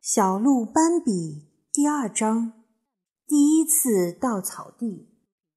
小鹿斑比第2章，第一次到草地。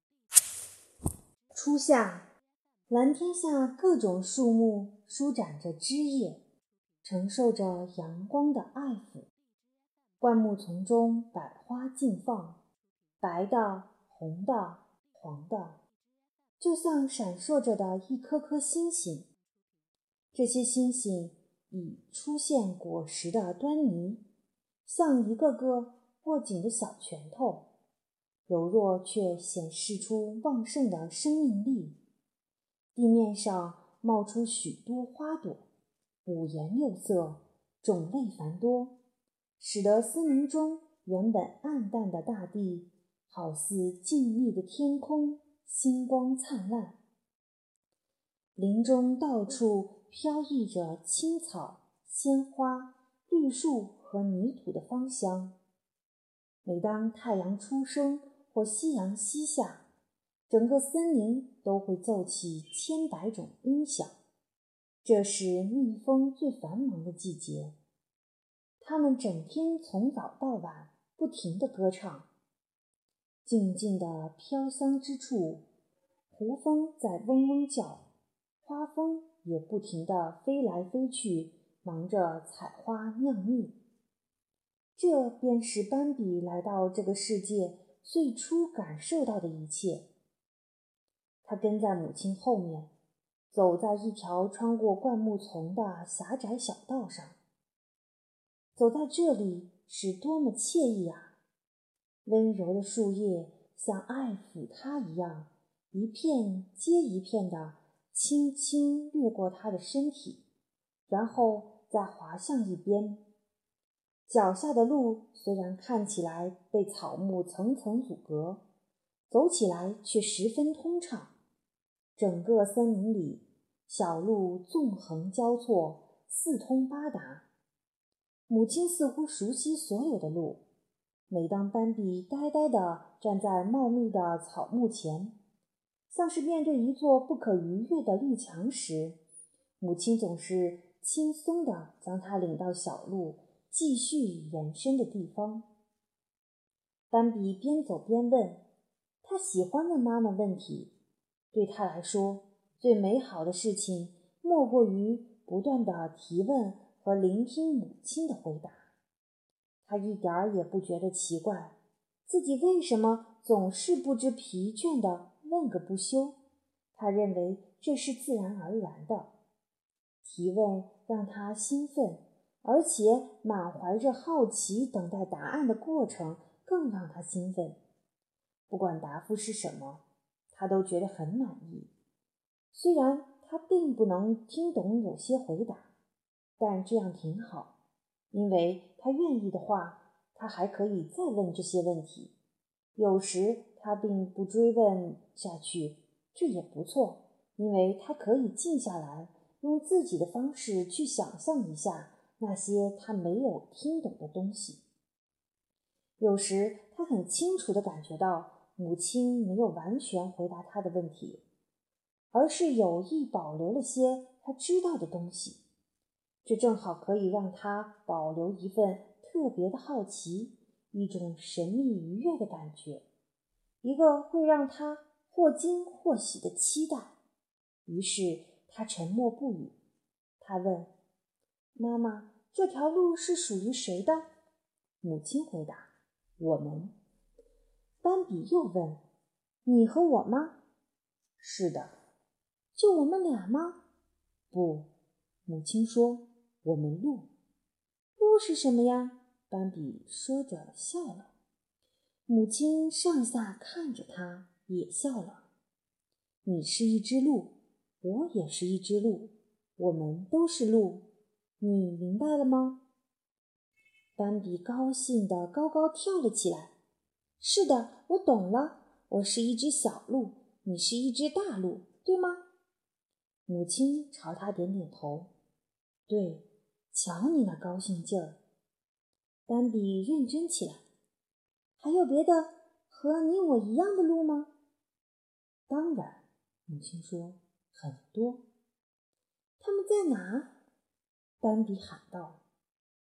初夏，蓝天下各种树木舒展着枝叶，承受着阳光的爱抚。灌木丛中百花竞放，白的、红的、黄的，就像闪烁着的一颗颗星星。这些星星已出现果实的端倪，像一个个握紧的小拳头，柔弱却显示出旺盛的生命力。地面上冒出许多花朵，五颜六色，种类繁多，使得森林中原本暗淡的大地好似静谧的天空，星光灿烂。林中到处飘逸着青草、鲜花、绿树和泥土的芳香。每当太阳初升或夕阳西下，整个森林都会奏起千百种音响。这是蜜蜂最繁忙的季节，它们整天从早到晚不停地歌唱。静静的飘香之处，胡蜂在嗡嗡叫，花蜂也不停地飞来飞去，忙着采花酿蜜。这便是斑比来到这个世界最初感受到的一切。他跟在母亲后面，走在一条穿过灌木丛的狭窄小道上。走在这里是多么惬意啊！温柔的树叶像爱抚他一样，一片接一片地轻轻掠过他的身体，然后再滑向一边。脚下的路虽然看起来被草木层层阻隔，走起来却十分通畅。整个森林里，小路纵横交错，四通八达。母亲似乎熟悉所有的路。每当斑比呆呆地站在茂密的草木前，像是面对一座不可逾越的绿墙时，母亲总是轻松地将他领到小路继续延伸的地方。斑比边走边问，他喜欢问妈妈问题。对他来说，最美好的事情莫过于不断地提问和聆听母亲的回答。他一点儿也不觉得奇怪，自己为什么总是不知疲倦地问个不休。他认为这是自然而然的。提问让他兴奋，而且满怀着好奇等待答案的过程更让他兴奋。不管答复是什么，他都觉得很满意。虽然他并不能听懂有些回答，但这样挺好。因为他愿意的话，他还可以再问这些问题。有时他并不追问下去，这也不错，因为他可以静下来，用自己的方式去想象一下那些他没有听懂的东西。有时他很清楚地感觉到母亲没有完全回答他的问题，而是有意保留了些他知道的东西。这正好可以让他保留一份特别的好奇，一种神秘愉悦的感觉，一个会让他或惊或喜的期待。于是他沉默不语。他问，妈妈，这条路是属于谁的？母亲回答，我们。斑比又问，你和我吗？是的。就我们俩吗？不，母亲说，我们路。路是什么呀？斑比说着笑了。母亲上下看着他，也笑了。你是一只鹿，我也是一只鹿，我们都是鹿，你明白了吗？斑比高兴地高高跳了起来。是的，我懂了，我是一只小鹿，你是一只大鹿，对吗？母亲朝他点点头。对，瞧你那高兴劲儿。斑比认真起来。还有别的和你我一样的鹿吗？当然，母亲说，很多。他们在哪？斑比喊道。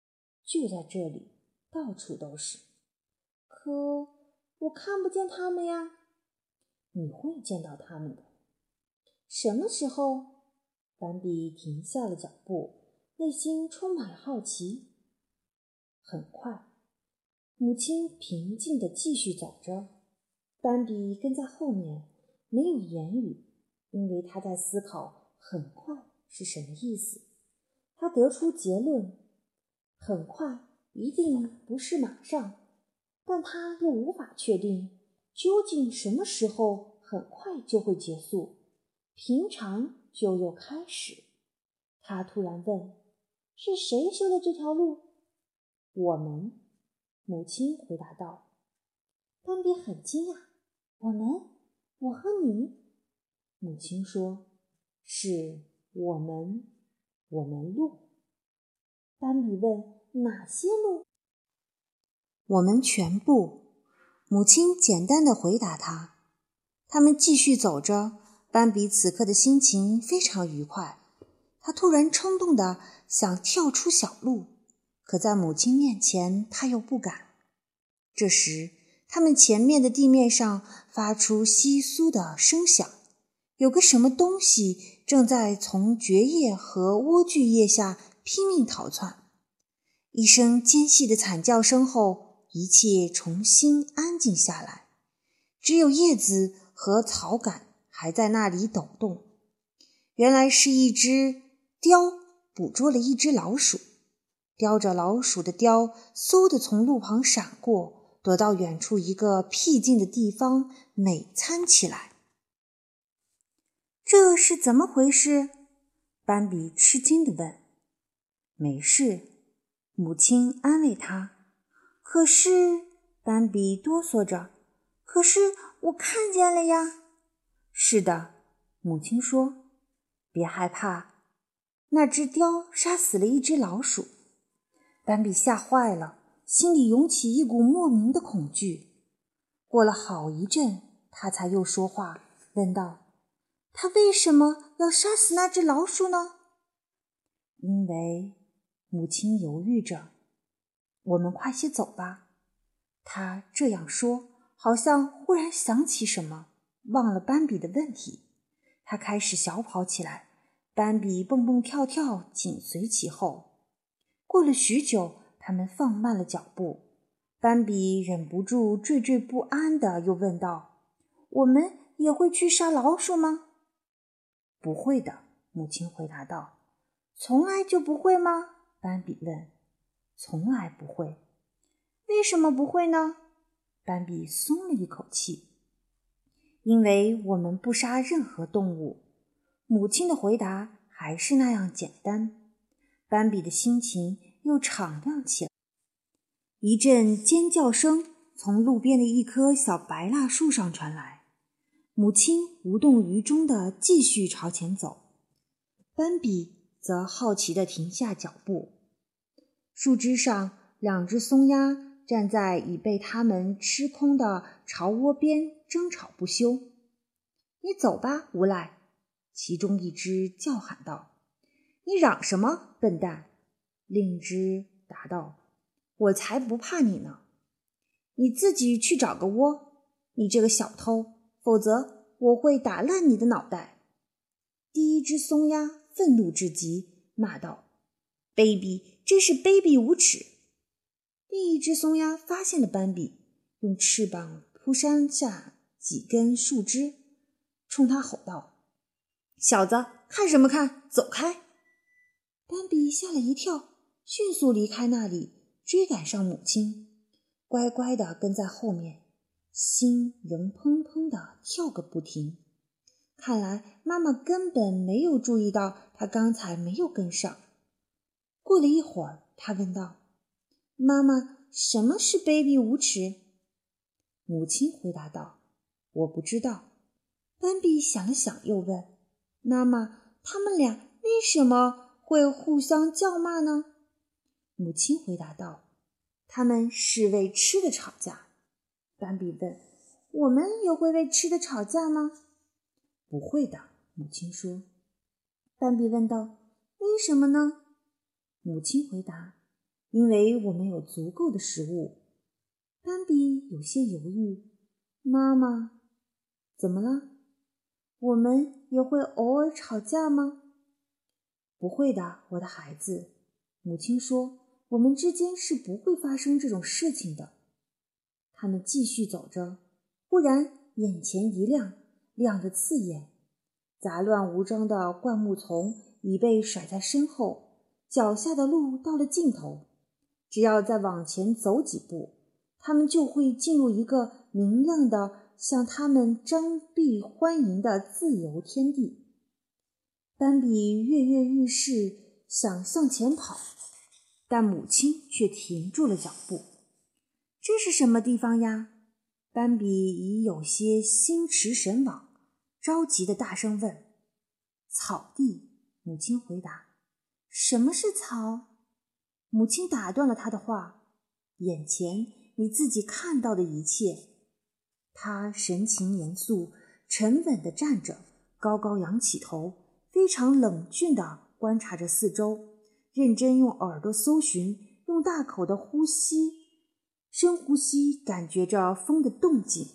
就在这里，到处都是。可我看不见它们呀。你会见到它们的。什么时候？斑比停下了脚步，内心充满了好奇。很快，母亲平静地继续走着，斑比跟在后面，没有言语，因为他在思考很快是什么意思。他得出结论，很快一定不是马上，但他又无法确定究竟什么时候很快就会结束，平常就又开始。他突然问，是谁修的这条路？我们，母亲回答道。斑比很惊讶，我们？我和你？母亲说，是我们路。斑比问，哪些路？我们全部。母亲简单地回答他。他们继续走着，斑比此刻的心情非常愉快。他突然冲动地想跳出小路，可在母亲面前他又不敢。这时，他们前面的地面上发出窸窣的声响，有个什么东西正在从蕨叶和莴苣叶下拼命逃窜。一声尖细的惨叫声后，一切重新安静下来，只有叶子和草杆还在那里抖动。原来是一只雕捕捉了一只老鼠，叼着老鼠的雕嗖地从路旁闪过，躲到远处一个僻静的地方美餐起来。这是怎么回事？斑比吃惊地问。没事，母亲安慰他。可是，斑比哆嗦着，可是我看见了呀。是的，母亲说，别害怕，那只雕杀死了一只老鼠。斑比吓坏了，心里涌起一股莫名的恐惧。过了好一阵，他才又说话，问道，他为什么要杀死那只老鼠呢？因为，母亲犹豫着，我们快些走吧。他这样说，好像忽然想起什么，忘了斑比的问题。他开始小跑起来，斑比蹦蹦跳跳紧随其后。过了许久，他们放慢了脚步。斑比忍不住惴惴不安地又问道，我们也会去杀老鼠吗？不会的，母亲回答道。从来就不会吗？斑比问。从来不会。为什么不会呢？斑比松了一口气。因为我们不杀任何动物。母亲的回答还是那样简单。斑比的心情又敞亮起来。一阵尖叫声从路边的一棵小白蜡树上传来。母亲无动于衷地继续朝前走，斑比则好奇地停下脚步。树枝上，两只松鸦站在已被它们吃空的巢窝边争吵不休。你走吧，无赖！其中一只叫喊道。你嚷什么，笨蛋？另一只答道。我才不怕你呢！你自己去找个窝，你这个小偷，否则我会打烂你的脑袋！第一只松鸦愤怒至极，骂道：卑鄙，真是卑鄙无耻！另一只松鸦发现了斑比，用翅膀扑扇下几根树枝，冲他吼道：小子，看什么看？走开！斑比吓了一跳，迅速离开那里，追赶上母亲，乖乖地跟在后面，心仍砰砰地跳个不停。看来妈妈根本没有注意到他刚才没有跟上。过了一会儿，他问道：妈妈，什么是卑鄙无耻？母亲回答道：我不知道。斑比想了想，又问：妈妈，他们俩为什么会互相叫骂呢？母亲回答道：他们是为吃的吵架。斑比问：我们也会为吃的吵架吗？不会的，母亲说。斑比问道：为什么呢？母亲回答： 因为我们有足够的食物。斑比有些犹豫，妈妈，怎么了？我们也会偶尔吵架吗？不会的，我的孩子，母亲说，我们之间是不会发生这种事情的。他们继续走着，忽然眼前一亮，亮得刺眼。杂乱无章的灌木丛已被甩在身后，脚下的路到了尽头。只要再往前走几步，他们就会进入一个明亮的向他们张臂欢迎的自由天地。斑比跃跃欲试，想向前跑，但母亲却停住了脚步。这是什么地方呀？斑比已有些心驰神往，着急地大声问。草地，母亲回答。什么是草？母亲打断了他的话。眼前你自己看到的一切。他神情严肃，沉稳地站着，高高仰起头，非常冷峻地观察着四周，认真用耳朵搜寻，用大口的呼吸，深呼吸，感觉着风的动静。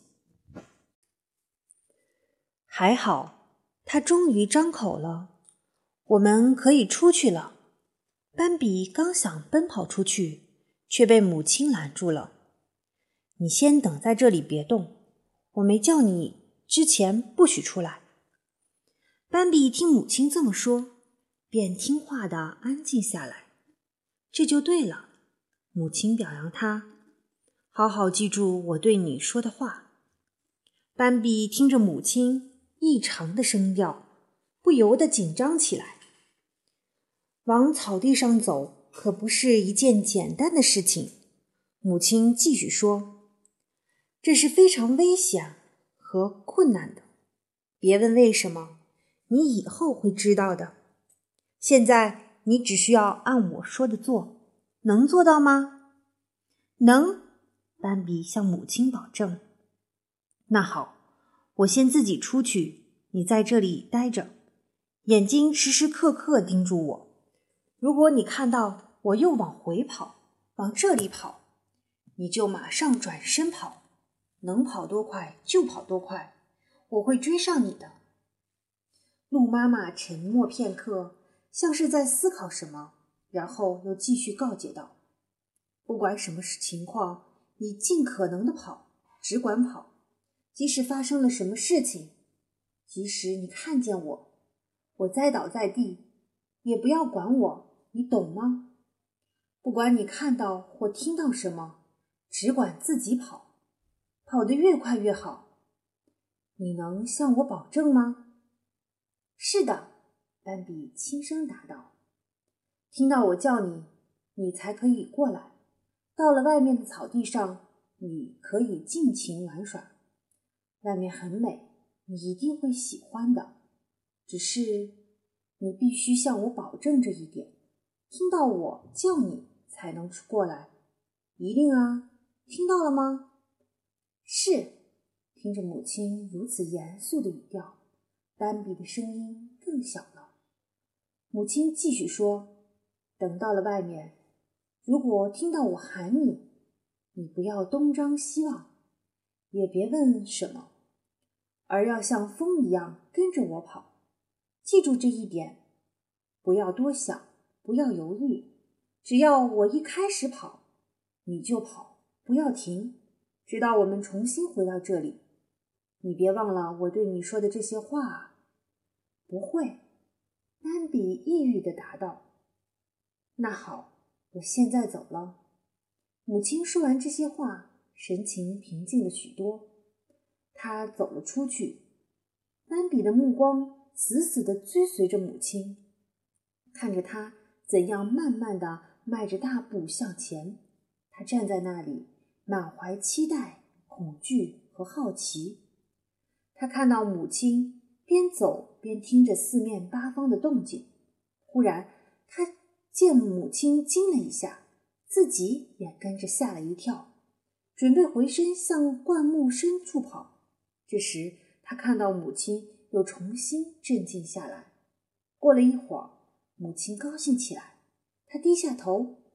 还好，他终于张口了。我们可以出去了。斑比刚想奔跑出去，却被母亲拦住了。你先等在这里别动，我没叫你之前不许出来。斑比听母亲这么说，便听话地安静下来。这就对了，母亲表扬他，好好记住我对你说的话。斑比听着母亲异常的声调，不由得紧张起来。往草地上走可不是一件简单的事情，母亲继续说，这是非常危险和困难的。别问为什么，你以后会知道的。现在你只需要按我说的做，能做到吗？能，斑比向母亲保证。那好，我先自己出去，你在这里待着，眼睛时时刻刻盯住我。如果你看到我又往回跑，往这里跑，你就马上转身跑，能跑多快就跑多快，我会追上你的。鹿妈妈沉默片刻，像是在思考什么，然后又继续告诫道，不管什么情况，你尽可能的跑，只管跑，即使发生了什么事情，即使你看见我栽倒在地，也不要管我，你懂吗？不管你看到或听到什么，只管自己跑，跑得越快越好。你能向我保证吗？是的，斑比轻声答道。听到我叫你，你才可以过来。到了外面的草地上，你可以尽情玩耍。外面很美，你一定会喜欢的。只是你必须向我保证这一点，听到我叫你才能过来。一定啊，听到了吗？是。听着母亲如此严肃的语调，斑比的声音更小了。母亲继续说，等到了外面，如果听到我喊你，你不要东张西望，也别问什么，而要像风一样跟着我跑。记住这一点，不要多想，不要犹豫，只要我一开始跑，你就跑，不要停，直到我们重新回到这里。你别忘了我对你说的这些话啊。不会，斑比抑郁地答道。那好，我现在走了。母亲说完这些话，神情平静了许多。她走了出去，斑比的目光死死地追随着母亲，看着她怎样慢慢地迈着大步向前。他站在那里，满怀期待、恐惧和好奇。他看到母亲边走边听着四面八方的动静，忽然他见母亲惊了一下，自己也跟着吓了一跳，准备回身向灌木深处跑。这时他看到母亲又重新镇静下来。过了一会儿，母亲高兴起来，她低下头，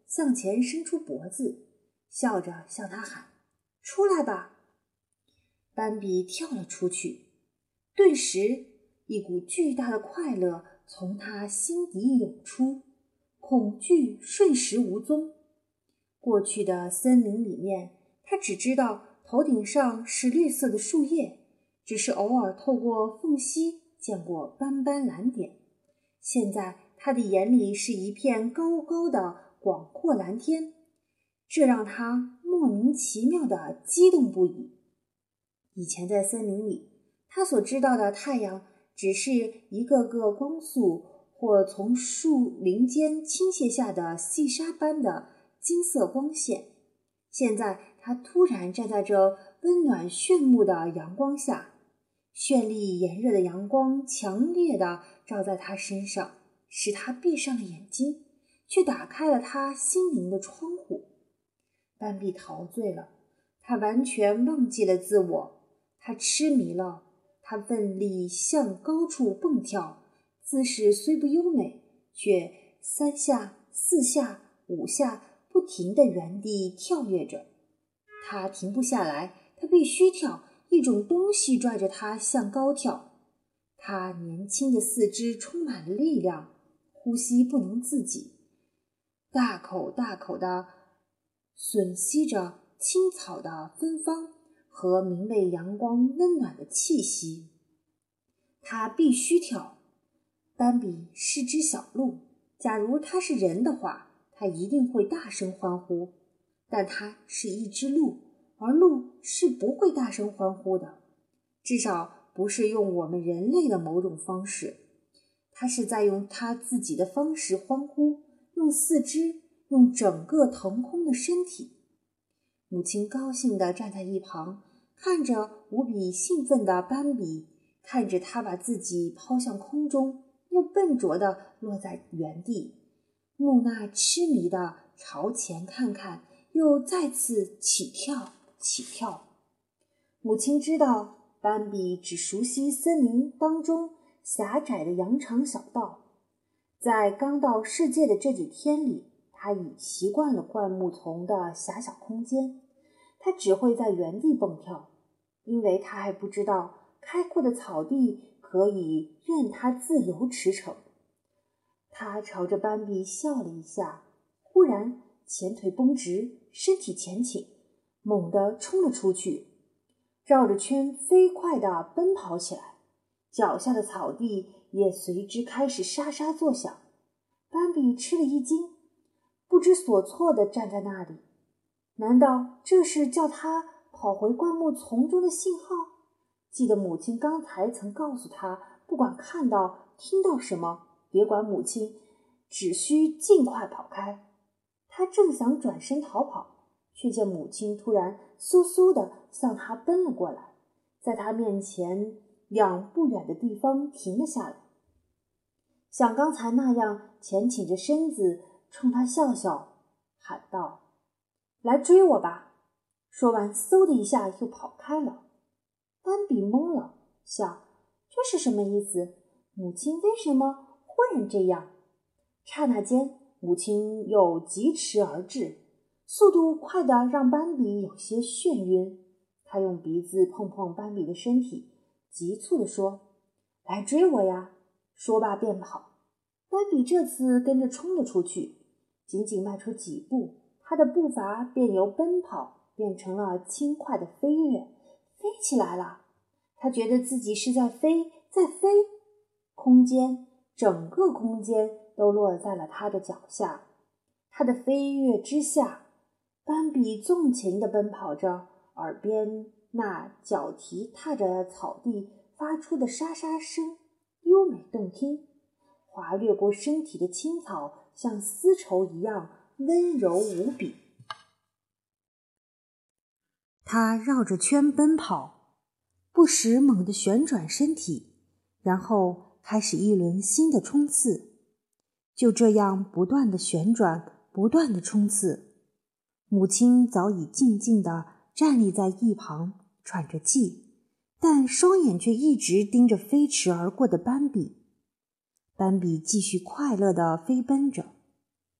向前伸出脖子，笑着向他喊：“出来吧！”斑比跳了出去，顿时一股巨大的快乐从他心底涌出，恐惧瞬时无踪。过去的森林里面，他只知道头顶上是绿色的树叶，只是偶尔透过缝隙见过斑斑蓝点。现在他的眼里是一片高高的广阔蓝天，这让他莫名其妙地激动不已。以前在森林里，他所知道的太阳只是一个个光束或从树林间倾泻下的细沙般的金色光线。现在他突然站在这温暖炫目的阳光下，绚丽炎热的阳光强烈地照在他身上，使他闭上了眼睛，却打开了他心灵的窗户。斑比陶醉了，他完全忘记了自我，他痴迷了，他奋力向高处蹦跳，姿势虽不优美，却3下、4下、5下不停地原地跳跃着。他停不下来，他必须跳，一种东西拽着他向高跳。他年轻的四肢充满了力量，呼吸不能自己，大口大口地吮吸着青草的芬芳和明媚阳光温暖的气息。他必须跳。斑比是只小鹿，假如他是人的话，他一定会大声欢呼，但他是一只鹿，而鹿是不会大声欢呼的，至少不是用我们人类的某种方式。他是在用他自己的方式欢呼，用四肢，用整个腾空的身体。母亲高兴地站在一旁，看着无比兴奋的斑比，看着他把自己抛向空中，又笨拙地落在原地。木娜痴迷地朝前看看，又再次起跳起跳。母亲知道斑比只熟悉森林当中狭窄的羊肠小道，在刚到世界的这几天里，他已习惯了灌木丛的狭小空间，他只会在原地蹦跳，因为他还不知道开阔的草地可以任他自由驰骋。他朝着斑比笑了一下，忽然前腿绷直，身体前倾，猛地冲了出去，绕着圈飞快地奔跑起来，脚下的草地也随之开始沙沙作响。斑比吃了一惊，不知所措地站在那里。难道这是叫他跑回灌木丛中的信号？记得母亲刚才曾告诉他，不管看到听到什么，别管母亲，只需尽快跑开。他正想转身逃跑，却见母亲突然嗖嗖地向他奔了过来，在他面前两不远的地方停了下来，像刚才那样前倾着身子冲他笑笑，喊道：“来追我吧！”说完，嗖的一下又跑开了。斑比懵了，想：这是什么意思？母亲为什么忽然这样？刹那间，母亲又疾驰而至，速度快得让斑比有些眩晕。他用鼻子碰碰斑比的身体，急促地说：“来追我呀！”说罢便跑。斑比这次跟着冲了出去，仅仅迈出几步，他的步伐便由奔跑变成了轻快的飞跃，飞起来了。他觉得自己是在飞，在飞，整个空间都落在了他的脚下。他的飞跃之下，斑比纵情地奔跑着，耳边那脚蹄踏着草地发出的沙沙声优美动听，滑掠过身体的青草像丝绸一样温柔无比。他绕着圈奔跑，不时猛地旋转身体，然后开始一轮新的冲刺。就这样不断地旋转，不断地冲刺。母亲早已静静地站立在一旁，喘着气，但双眼却一直盯着飞驰而过的斑比。斑比继续快乐地飞奔着。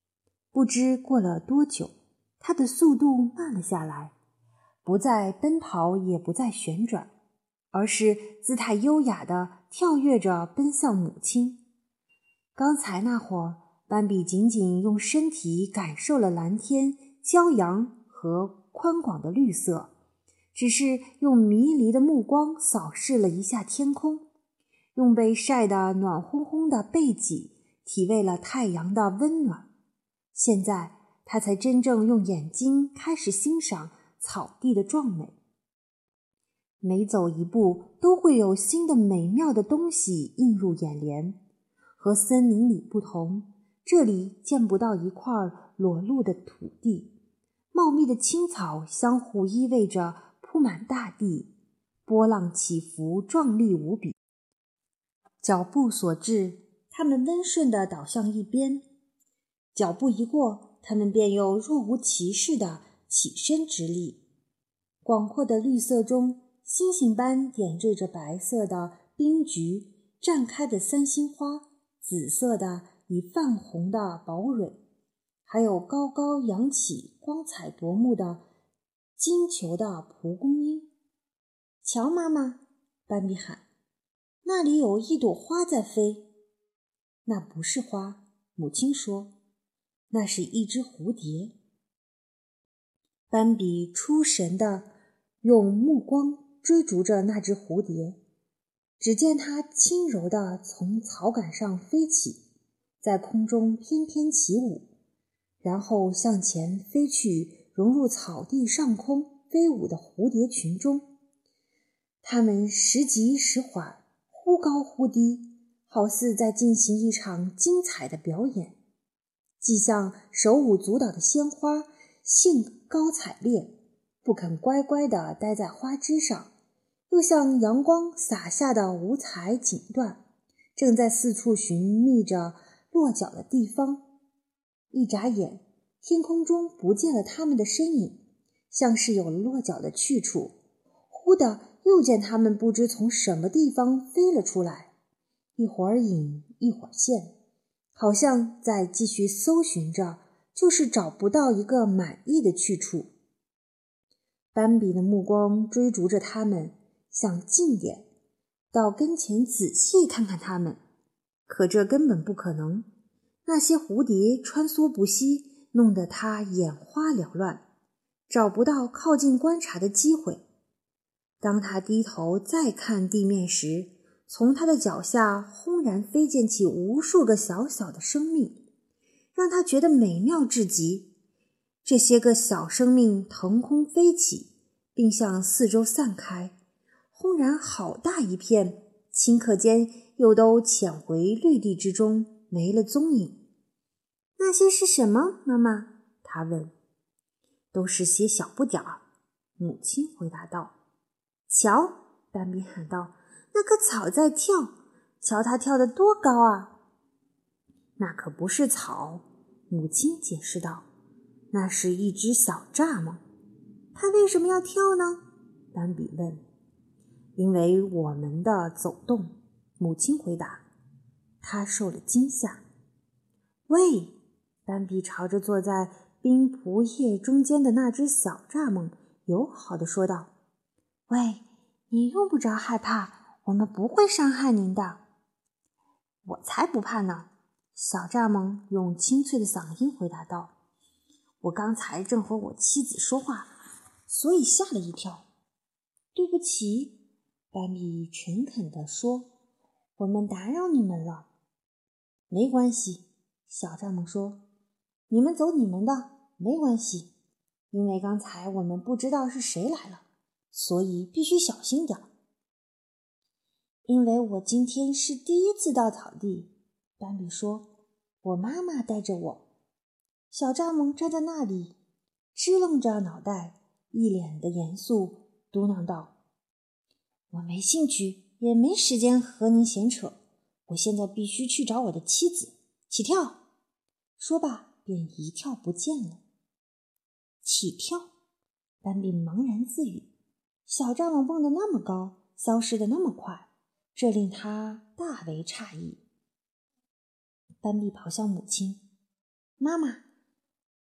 不知过了多久，它的速度慢了下来，不再奔跑，也不再旋转，而是姿态优雅地跳跃着奔向母亲。刚才那会儿，斑比仅仅用身体感受了蓝天、骄阳和宽广的绿色，只是用迷离的目光扫视了一下天空，用被晒得暖烘烘的背脊体味了太阳的温暖。现在他才真正用眼睛开始欣赏草地的壮美。每走一步都会有新的美妙的东西映入眼帘。和森林里不同，这里见不到一块裸露的土地，茂密的青草相互依偎着铺满大地，波浪起伏，壮丽无比。脚步所至，它们温顺地倒向一边，脚步一过，它们便又若无其事地起身直立。广阔的绿色中，星星般点缀着白色的冰菊，绽开的三星花，紫色的已泛红的宝蕊，还有高高扬起光彩夺目的金球的蒲公英。瞧，妈妈，斑比喊，那里有一朵花在飞。那不是花，母亲说，那是一只蝴蝶。斑比出神地用目光追逐着那只蝴蝶，只见它轻柔地从草杆上飞起，在空中翩翩起舞，然后向前飞去，融入草地上空飞舞的蝴蝶群中。它们时急时缓，忽高忽低，好似在进行一场精彩的表演，既像手舞足蹈的鲜花，兴高采烈，不肯乖乖地待在花枝上，又像阳光洒下的五彩锦缎，正在四处寻觅着落脚的地方。一眨眼，天空中不见了它们的身影，像是有了落脚的去处。忽地又见它们不知从什么地方飞了出来，一会儿隐一会儿现，好像在继续搜寻着，就是找不到一个满意的去处。斑比的目光追逐着它们，想近点，到跟前仔细看看它们，可这根本不可能。那些蝴蝶穿梭不息，弄得他眼花缭乱，找不到靠近观察的机会。当他低头再看地面时，从他的脚下轰然飞溅起无数个小小的生命，让他觉得美妙至极。这些个小生命腾空飞起，并向四周散开，轰然好大一片，顷刻间又都潜回绿地之中，没了踪影。那些是什么，妈妈？他问。都是些小不点儿，母亲回答道。瞧，斑比喊道，那棵草在跳，瞧它跳得多高啊！那可不是草，母亲解释道，那是一只小蚱蜢。它为什么要跳呢？斑比问。因为我们的走动，母亲回答。他受了惊吓。喂，斑比朝着坐在冰蒲叶中间的那只小蚱蜢友好地说道，喂，你用不着害怕，我们不会伤害您的。我才不怕呢，小蚱蜢用清脆的嗓音回答道。我刚才正和我妻子说话，所以吓了一跳。对不起，斑比诚恳地说，我们打扰你们了。没关系，小蚱蜢说，你们走你们的，没关系，因为刚才我们不知道是谁来了，所以必须小心点儿。因为我今天是第一次到草地，斑比说，我妈妈带着我。小蚱蜢站在那里，支棱着脑袋，一脸的严肃，嘟囔道，我没兴趣，也没时间和您闲扯，我现在必须去找我的妻子。起跳！说罢，便一跳不见了。起跳！斑比茫然自语，小蚱蜢蹦得那么高，消失得那么快，这令他大为诧异。斑比跑向母亲，妈妈，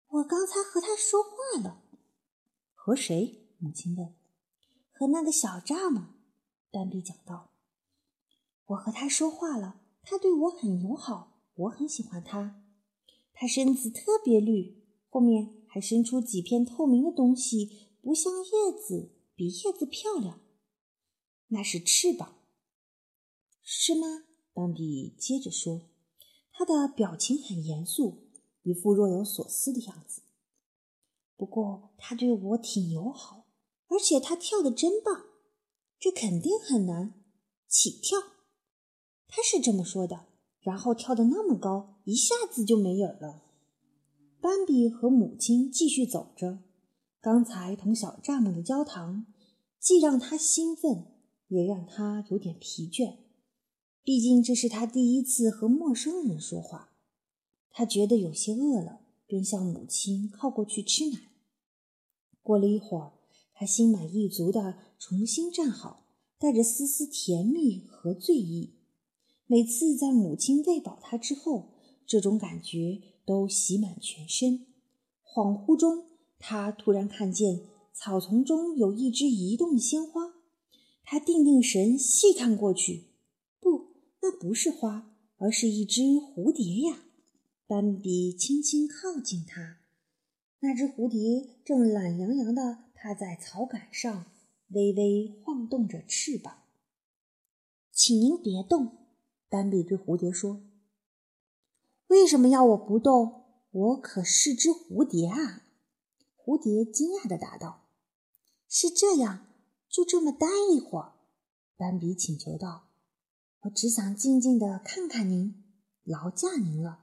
我刚才和他说话了。和谁？母亲问。和那个小蚱蜢，斑比讲道。我和他说话了，他对我很友好，我很喜欢他。他身子特别绿，后面还伸出几片透明的东西，不像叶子，比叶子漂亮。那是翅膀。是吗？斑比接着说，他的表情很严肃，一副若有所思的样子。不过他对我挺友好，而且他跳得真棒，这肯定很难。起跳，他是这么说的，然后跳得那么高，一下子就没影儿了。斑比和母亲继续走着，刚才同小蚱蜢的交谈，既让他兴奋，也让他有点疲倦。毕竟这是他第一次和陌生人说话。他觉得有些饿了，便向母亲靠过去吃奶。过了一会儿，他心满意足地重新站好，带着丝丝甜蜜和醉意。每次在母亲喂饱他之后，这种感觉都袭满全身。恍惚中，他突然看见草丛中有一只移动的鲜花。他定定神，细看过去，不，那不是花，而是一只蝴蝶呀。斑比轻轻靠近它，那只蝴蝶正懒洋洋地趴在草杆上，微微晃动着翅膀。请您别动，斑比对蝴蝶说。为什么要我不动？我可是只蝴蝶啊！蝴蝶惊讶地答道。是这样，就这么待一会儿，斑比请求道。我只想静静地看看您，劳驾您了。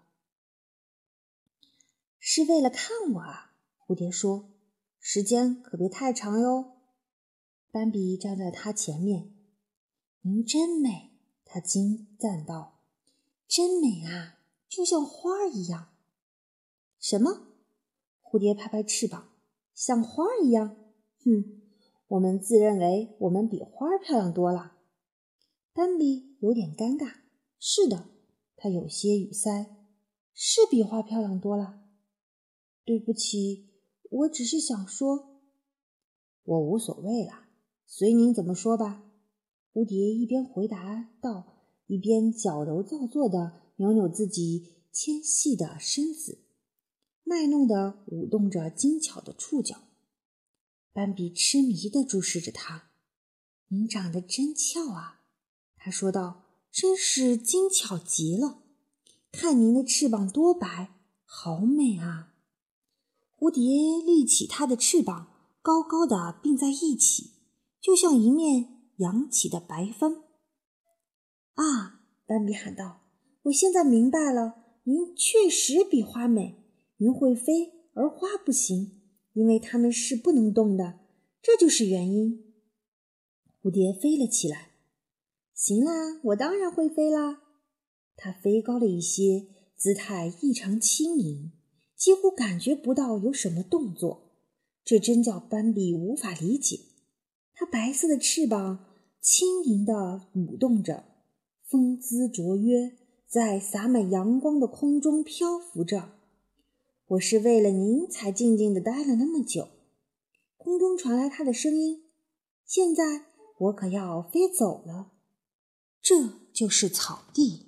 是为了看我啊，蝴蝶说，时间可别太长哟。斑比站在他前面。您真美，他惊赞道。真美啊，就像花一样。什么？蝴蝶拍拍翅膀。像花一样？我们自认为我们比花漂亮多了。斑比有点尴尬。是的，他有些语塞。是比花漂亮多了。对不起，我只是想说。我无所谓了，随您怎么说吧。蝴蝶一边回答道，一边矫揉造作地扭扭自己纤细的身子，卖弄地舞动着精巧的触角。斑比痴迷地注视着它。您长得真俏啊，他说道，真是精巧极了。看您的翅膀多白，好美啊。蝴蝶立起它的翅膀，高高地并在一起，就像一面扬起的白帆。啊，斑比喊道，我现在明白了，您确实比花美。您会飞，而花不行，因为它们是不能动的，这就是原因。蝴蝶飞了起来。行啦，我当然会飞啦。它飞高了一些，姿态异常轻盈，几乎感觉不到有什么动作，这真叫斑比无法理解。它白色的翅膀轻盈地舞动着，风姿卓约，在洒满阳光的空中漂浮着。我是为了您才静静地待了那么久。空中传来它的声音。现在我可要飞走了。这就是草地。